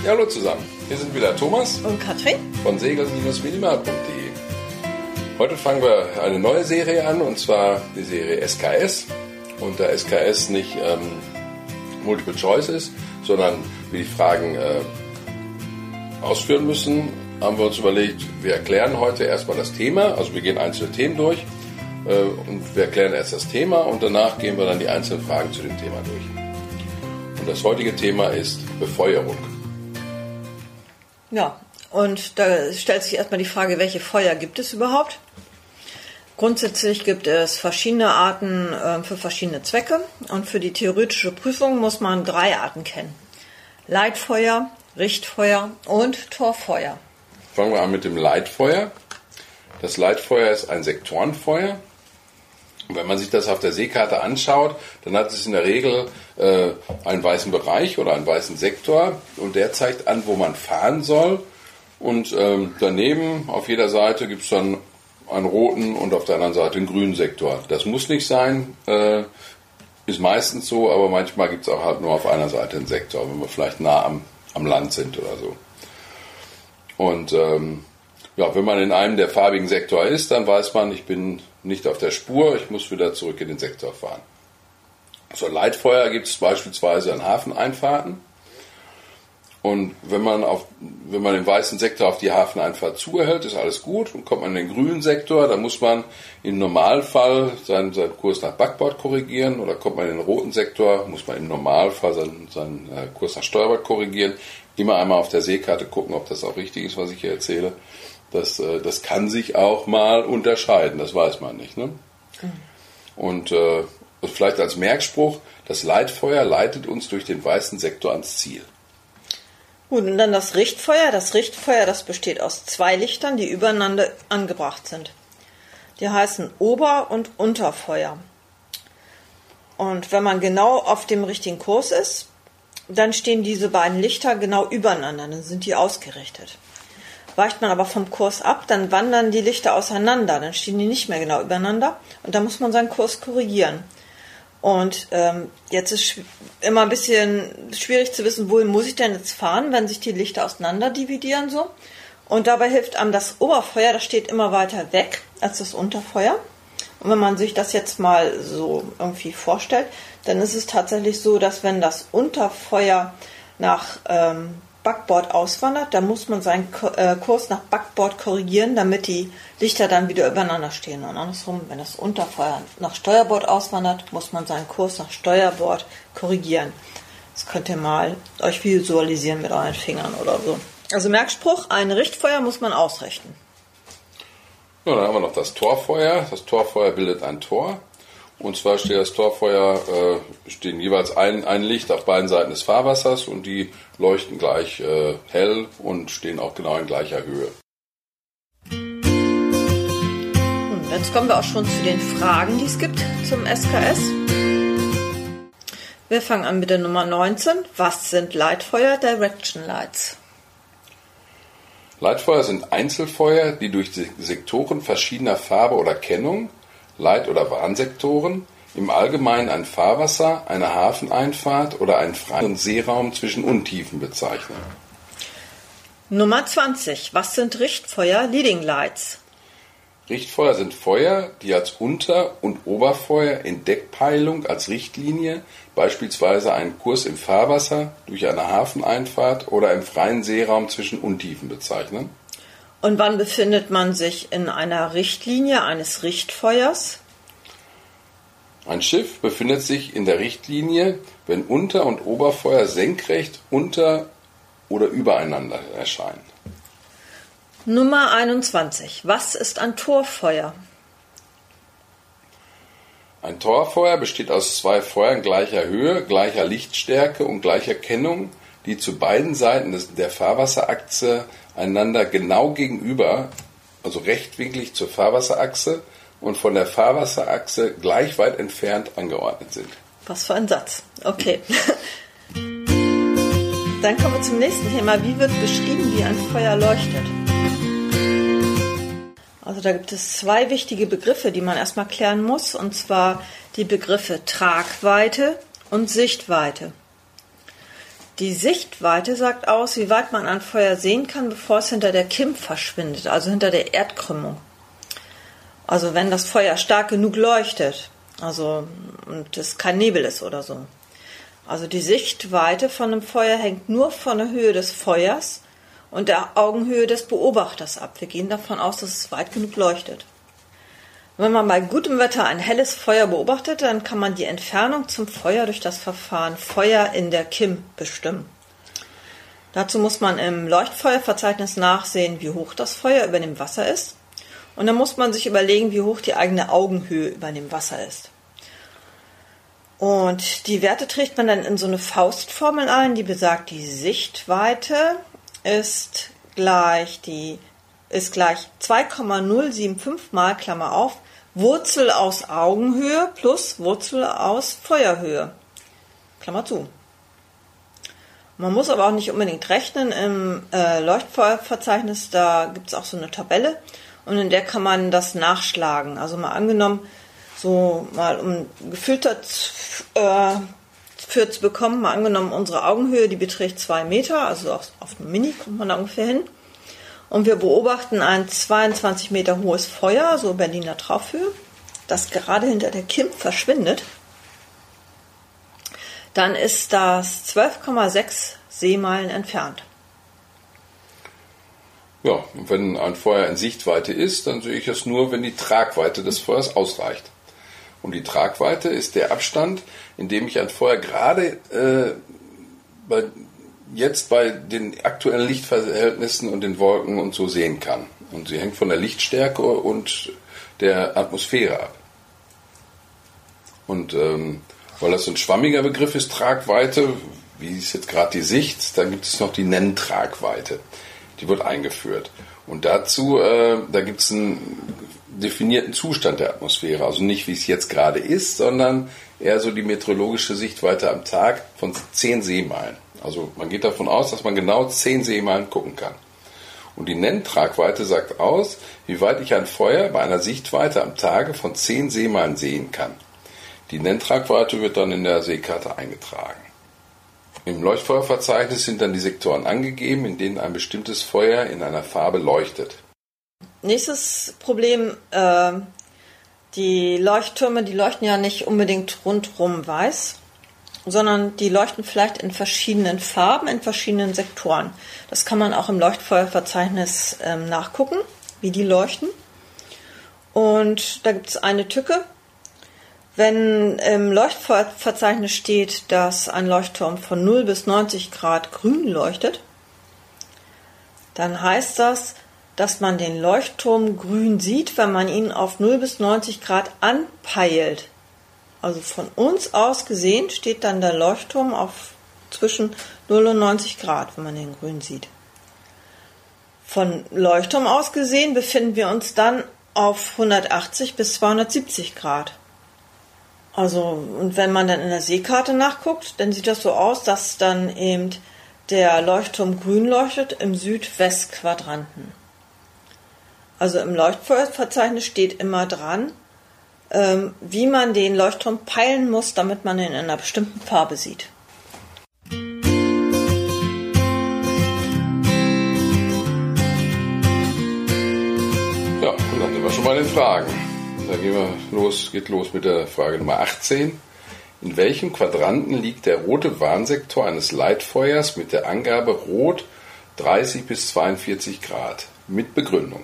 Ja, hallo zusammen. Hier sind wieder Thomas und Katrin von segeln-minimal.de. Heute fangen wir eine neue Serie an, und zwar die Serie SKS. Und da SKS nicht Multiple Choice ist, sondern wir die Fragen ausführen müssen, haben wir uns überlegt, wir erklären heute erstmal das Thema. Also wir gehen einzelne Themen durch und wir erklären erst das Thema und danach gehen wir dann die einzelnen Fragen zu dem Thema durch. Und das heutige Thema ist Befeuerung. Ja, und da stellt sich erstmal die Frage, welche Feuer gibt es überhaupt? Grundsätzlich gibt es verschiedene Arten für verschiedene Zwecke und für die theoretische Prüfung muss man 3 Arten kennen. Leitfeuer, Richtfeuer und Torfeuer. Fangen wir an mit dem Leitfeuer. Das Leitfeuer ist ein Sektorenfeuer. Und wenn man sich das auf der Seekarte anschaut, dann hat es in der Regel einen weißen Bereich oder einen weißen Sektor und der zeigt an, wo man fahren soll. Und daneben auf jeder Seite gibt es dann einen roten und auf der anderen Seite einen grünen Sektor. Das muss nicht sein, ist meistens so, aber manchmal gibt es auch halt nur auf einer Seite einen Sektor, wenn wir vielleicht nah am Land sind oder so. Und wenn man in einem der farbigen Sektor ist, dann weiß man, ich bin nicht auf der Spur, ich muss wieder zurück in den Sektor fahren. So Leitfeuer gibt es beispielsweise an Hafeneinfahrten. Und wenn man den weißen Sektor auf die Hafeneinfahrt zuhält, ist alles gut. Und kommt man in den grünen Sektor, dann muss man im Normalfall seinen Kurs nach Backbord korrigieren. Oder kommt man in den roten Sektor, muss man im Normalfall seinen Kurs nach Steuerbord korrigieren. Immer einmal auf der Seekarte gucken, ob das auch richtig ist, was ich hier erzähle. Das kann sich auch mal unterscheiden, das weiß man nicht. Ne? Und vielleicht als Merkspruch, das Leitfeuer leitet uns durch den weißen Sektor ans Ziel. Gut, und dann das Richtfeuer. Das Richtfeuer, das besteht aus 2 Lichtern, die übereinander angebracht sind. Die heißen Ober- und Unterfeuer. Und wenn man genau auf dem richtigen Kurs ist, dann stehen diese beiden Lichter genau übereinander, dann sind die ausgerichtet. Weicht man aber vom Kurs ab, dann wandern die Lichter auseinander, dann stehen die nicht mehr genau übereinander und dann muss man seinen Kurs korrigieren. Und jetzt ist immer ein bisschen schwierig zu wissen, wohin muss ich denn jetzt fahren, wenn sich die Lichter auseinander dividieren so. Und dabei hilft einem das Oberfeuer, das steht immer weiter weg als das Unterfeuer. Und wenn man sich das jetzt mal so irgendwie vorstellt, dann ist es tatsächlich so, dass wenn das Unterfeuer nach Backbord auswandert, dann muss man seinen Kurs nach Backbord korrigieren, damit die Lichter dann wieder übereinander stehen. Und andersrum, wenn das Unterfeuer nach Steuerbord auswandert, muss man seinen Kurs nach Steuerbord korrigieren. Das könnt ihr mal euch visualisieren mit euren Fingern oder so. Also Merkspruch, ein Richtfeuer muss man ausrichten. Ja, dann haben wir noch das Torfeuer. Das Torfeuer bildet ein Tor. Und zwar steht das Torfeuer, stehen jeweils ein Licht auf beiden Seiten des Fahrwassers und die leuchten gleich hell und stehen auch genau in gleicher Höhe. Und jetzt kommen wir auch schon zu den Fragen, die es gibt zum SKS. Wir fangen an mit der Nummer 19. Was sind Leitfeuer, Direction Lights? Leitfeuer sind Einzelfeuer, die durch Sektoren verschiedener Farbe oder Kennung, Leit- oder Warnsektoren, im Allgemeinen ein Fahrwasser, eine Hafeneinfahrt oder einen freien Seeraum zwischen Untiefen bezeichnen. Nummer 20. Was sind Richtfeuer, Leading Lights? Richtfeuer sind Feuer, die als Unter- und Oberfeuer in Deckpeilung als Richtlinie, beispielsweise einen Kurs im Fahrwasser, durch eine Hafeneinfahrt oder im freien Seeraum zwischen Untiefen bezeichnen. Und wann befindet man sich in einer Richtlinie eines Richtfeuers? Ein Schiff befindet sich in der Richtlinie, wenn Unter- und Oberfeuer senkrecht unter oder übereinander erscheinen. Nummer 21. Was ist ein Torfeuer? Ein Torfeuer besteht aus 2 Feuern gleicher Höhe, gleicher Lichtstärke und gleicher Kennung, die zu beiden Seiten der Fahrwasserachse einander genau gegenüber, also rechtwinklig zur Fahrwasserachse und von der Fahrwasserachse gleich weit entfernt angeordnet sind. Was für ein Satz. Okay. Dann kommen wir zum nächsten Thema. Wie wird beschrieben, wie ein Feuer leuchtet? Also da gibt es 2 wichtige Begriffe, die man erstmal klären muss, und zwar die Begriffe Tragweite und Sichtweite. Die Sichtweite sagt aus, wie weit man ein Feuer sehen kann, bevor es hinter der Kim verschwindet, also hinter der Erdkrümmung. Also wenn das Feuer stark genug leuchtet, also und es kein Nebel ist oder so. Also die Sichtweite von einem Feuer hängt nur von der Höhe des Feuers und der Augenhöhe des Beobachters ab. Wir gehen davon aus, dass es weit genug leuchtet. Wenn man bei gutem Wetter ein helles Feuer beobachtet, dann kann man die Entfernung zum Feuer durch das Verfahren Feuer in der Kim bestimmen. Dazu muss man im Leuchtfeuerverzeichnis nachsehen, wie hoch das Feuer über dem Wasser ist. Und dann muss man sich überlegen, wie hoch die eigene Augenhöhe über dem Wasser ist. Und die Werte trägt man dann in so eine Faustformel ein, die besagt, die Sichtweite ist gleich 2,075 mal, Klammer auf, Wurzel aus Augenhöhe plus Wurzel aus Feuerhöhe, Klammer zu. Man muss aber auch nicht unbedingt rechnen. Im Leuchtfeuerverzeichnis, da gibt es auch so eine Tabelle und in der kann man das nachschlagen. Also mal angenommen, so mal um ein Gefühl für zu bekommen, mal angenommen, unsere Augenhöhe, die beträgt 2 Meter, also auf einem Mini kommt man da ungefähr hin. Und wir beobachten ein 22 Meter hohes Feuer, so Berliner Traufhöhe, das gerade hinter der Kim verschwindet. Dann ist das 12,6 Seemeilen entfernt. Ja, und wenn ein Feuer in Sichtweite ist, dann sehe ich es nur, wenn die Tragweite des Feuers ausreicht. Und die Tragweite ist der Abstand, in dem ich ein Feuer gerade jetzt bei den aktuellen Lichtverhältnissen und den Wolken und so sehen kann. Und sie hängt von der Lichtstärke und der Atmosphäre ab. Und weil das so ein schwammiger Begriff ist, Tragweite, wie ist jetzt gerade die Sicht, dann gibt es noch die Nenntragweite. Die wird eingeführt. Und dazu, da gibt es einen definierten Zustand der Atmosphäre. Also nicht, wie es jetzt gerade ist, sondern eher so die meteorologische Sichtweite am Tag von 10 Seemeilen. Also man geht davon aus, dass man genau 10 Seemeilen gucken kann. Und die Nenntragweite sagt aus, wie weit ich ein Feuer bei einer Sichtweite am Tage von 10 Seemeilen sehen kann. Die Nenntragweite wird dann in der Seekarte eingetragen. Im Leuchtfeuerverzeichnis sind dann die Sektoren angegeben, in denen ein bestimmtes Feuer in einer Farbe leuchtet. Nächstes Problem, die Leuchttürme, die leuchten ja nicht unbedingt rundrum weiß, sondern die leuchten vielleicht in verschiedenen Farben, in verschiedenen Sektoren. Das kann man auch im Leuchtfeuerverzeichnis nachgucken, wie die leuchten. Und da gibt es eine Tücke. Wenn im Leuchtfeuerverzeichnis steht, dass ein Leuchtturm von 0 bis 90 Grad grün leuchtet, dann heißt das, dass man den Leuchtturm grün sieht, wenn man ihn auf 0 bis 90 Grad anpeilt. Also von uns aus gesehen steht dann der Leuchtturm auf zwischen 0 und 90 Grad, wenn man den grün sieht. Von Leuchtturm aus gesehen befinden wir uns dann auf 180 bis 270 Grad. Also, und wenn man dann in der Seekarte nachguckt, dann sieht das so aus, dass dann eben der Leuchtturm grün leuchtet im Südwestquadranten. Also im Leuchtfeuerverzeichnis steht immer dran, wie man den Leuchtturm peilen muss, damit man ihn in einer bestimmten Farbe sieht. Ja, und dann sind wir schon bei den Fragen. Da geht los mit der Frage Nummer 18. In welchem Quadranten liegt der rote Warnsektor eines Leitfeuers mit der Angabe Rot 30 bis 42 Grad? Mit Begründung.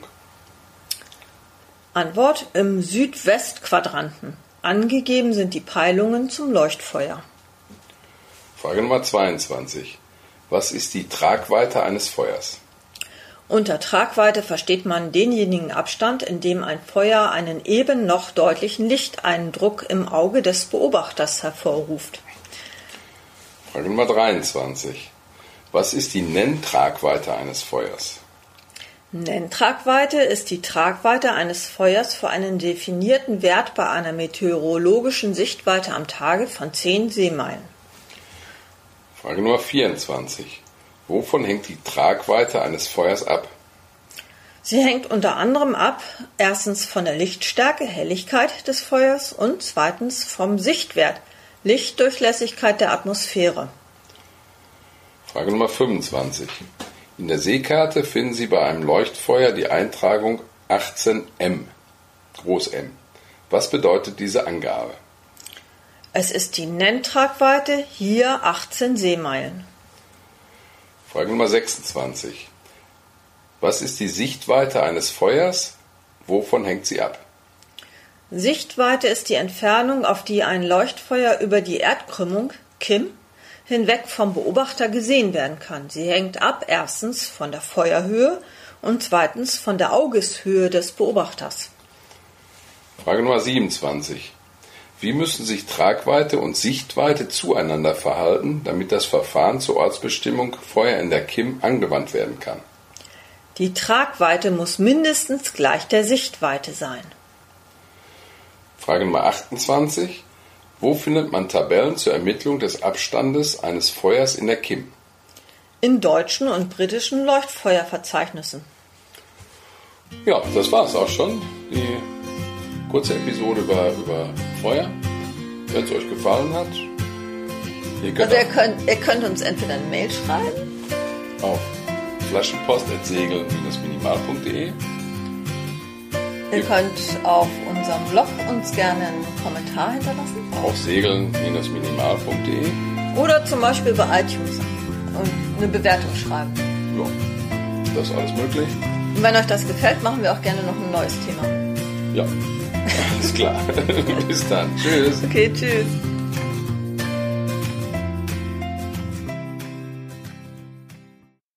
Antwort: im Südwestquadranten. Angegeben sind die Peilungen zum Leuchtfeuer. Frage Nummer 22. Was ist die Tragweite eines Feuers? Unter Tragweite versteht man denjenigen Abstand, in dem ein Feuer einen eben noch deutlichen Lichteindruck im Auge des Beobachters hervorruft. Frage Nummer 23. Was ist die Nenntragweite eines Feuers? Nenntragweite ist die Tragweite eines Feuers für einen definierten Wert bei einer meteorologischen Sichtweite am Tage von 10 Seemeilen. Frage Nummer 24. Wovon hängt die Tragweite eines Feuers ab? Sie hängt unter anderem ab, erstens von der Lichtstärke, Helligkeit des Feuers und zweitens vom Sichtwert, Lichtdurchlässigkeit der Atmosphäre. Frage Nummer 25. In der Seekarte finden Sie bei einem Leuchtfeuer die Eintragung 18M, Groß M. Was bedeutet diese Angabe? Es ist die Nenntragweite, hier 18 Seemeilen. Frage Nummer 26. Was ist die Sichtweite eines Feuers? Wovon hängt sie ab? Sichtweite ist die Entfernung, auf die ein Leuchtfeuer über die Erdkrümmung, Kim, hinweg vom Beobachter gesehen werden kann. Sie hängt ab erstens von der Feuerhöhe und zweitens von der Augeshöhe des Beobachters. Frage Nummer 27. Wie müssen sich Tragweite und Sichtweite zueinander verhalten, damit das Verfahren zur Ortsbestimmung Feuer in der Kim angewandt werden kann? Die Tragweite muss mindestens gleich der Sichtweite sein. Frage Nummer 28. Wo findet man Tabellen zur Ermittlung des Abstandes eines Feuers in der Kim? In deutschen und britischen Leuchtfeuerverzeichnissen. Ja, das war's auch schon. Die kurze Episode über Feuer. Wenn es euch gefallen hat, Ihr könnt uns entweder eine Mail schreiben auf flaschenpost@segeln-minimal.de. Ihr könnt auf unserem Blog uns gerne einen Kommentar hinterlassen. Auf segeln-minimal.de. Oder zum Beispiel bei iTunes und eine Bewertung schreiben. Ja, das ist alles möglich. Und wenn euch das gefällt, machen wir auch gerne noch ein neues Thema. Ja, alles klar. Bis dann. Tschüss. Okay, tschüss.